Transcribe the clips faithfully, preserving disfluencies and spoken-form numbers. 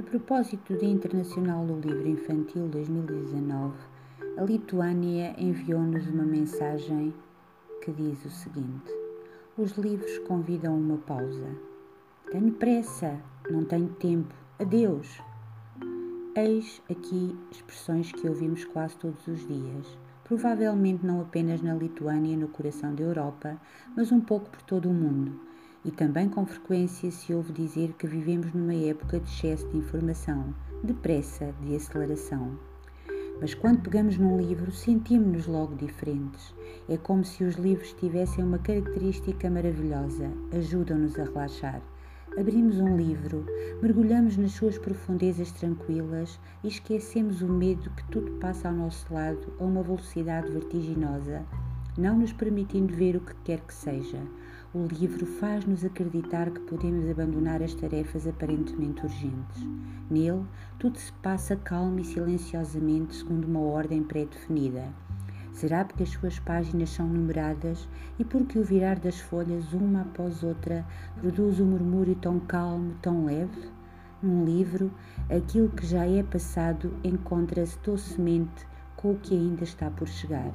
propósito do Dia Internacional do Livro Infantil dois mil e dezanove, a Lituânia enviou-nos uma mensagem que diz o seguinte: os livros convidam a uma pausa. Tenho pressa, não tenho tempo, adeus. Eis aqui expressões que ouvimos quase todos os dias, provavelmente não apenas na Lituânia, no coração da Europa, mas um pouco por todo o mundo. E também com frequência se ouve dizer que vivemos numa época de excesso de informação, de pressa, de aceleração. Mas quando pegamos num livro, sentimos-nos logo diferentes. É como se os livros tivessem uma característica maravilhosa, ajudam-nos a relaxar. Abrimos um livro, mergulhamos nas suas profundezas tranquilas e esquecemos o medo que tudo passa ao nosso lado a uma velocidade vertiginosa, não nos permitindo ver o que quer que seja. O livro faz-nos acreditar que podemos abandonar as tarefas aparentemente urgentes. Nele, tudo se passa calmo e silenciosamente segundo uma ordem pré-definida. Será porque as suas páginas são numeradas e porque o virar das folhas, uma após outra, produz um murmúrio tão calmo, tão leve? Num livro, aquilo que já é passado encontra-se docemente com o que ainda está por chegar.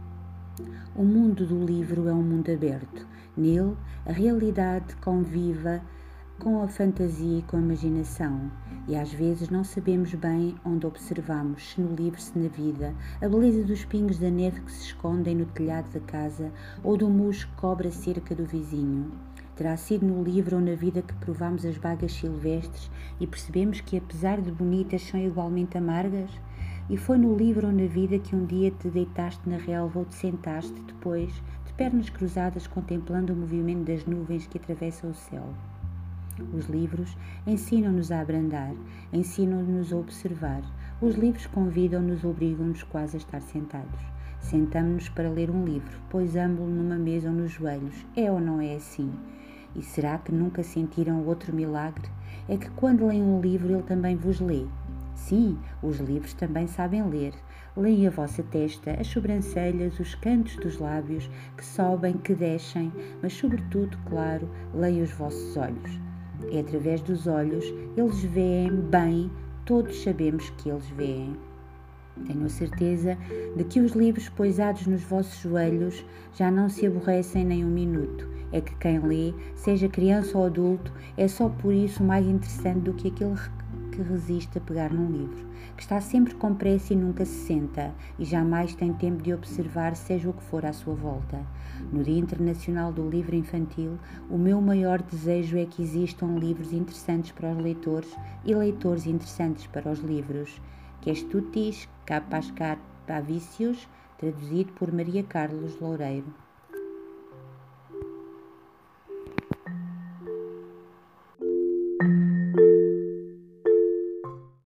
O mundo do livro é um mundo aberto. Nele, a realidade convive com a fantasia e com a imaginação, e às vezes não sabemos bem onde observamos, se no livro, se na vida, a beleza dos pingos da neve que se escondem no telhado da casa ou do musgo que cobre a cerca do vizinho. Terá sido no livro ou na vida que provamos as bagas silvestres e percebemos que, apesar de bonitas, são igualmente amargas? E foi no livro ou na vida que um dia te deitaste na relva ou te sentaste depois, de pernas cruzadas, contemplando o movimento das nuvens que atravessam o céu. Os livros ensinam-nos a abrandar, ensinam-nos a observar. Os livros convidam-nos, obrigam-nos quase a estar sentados. Sentamo-nos para ler um livro, poisamo-lo numa mesa ou nos joelhos. É ou não é assim? E será que nunca sentiram outro milagre? É que quando leem um livro, ele também vos lê. Sim, os livros também sabem ler. Leem a vossa testa, as sobrancelhas, os cantos dos lábios, que sobem, que descem, mas sobretudo, claro, leem os vossos olhos. É através dos olhos, eles veem bem, todos sabemos que eles veem. Tenho a certeza de que os livros poisados nos vossos joelhos já não se aborrecem nem um minuto. É que quem lê, seja criança ou adulto, é só por isso mais interessante do que aquele que resiste a pegar num livro, que está sempre com pressa e nunca se senta, e jamais tem tempo de observar seja o que for à sua volta. No Dia Internacional do Livro Infantil, o meu maior desejo é que existam livros interessantes para os leitores e leitores interessantes para os livros. Kestutis Kapascar Pavicius, traduzido por Maria Carlos Loureiro.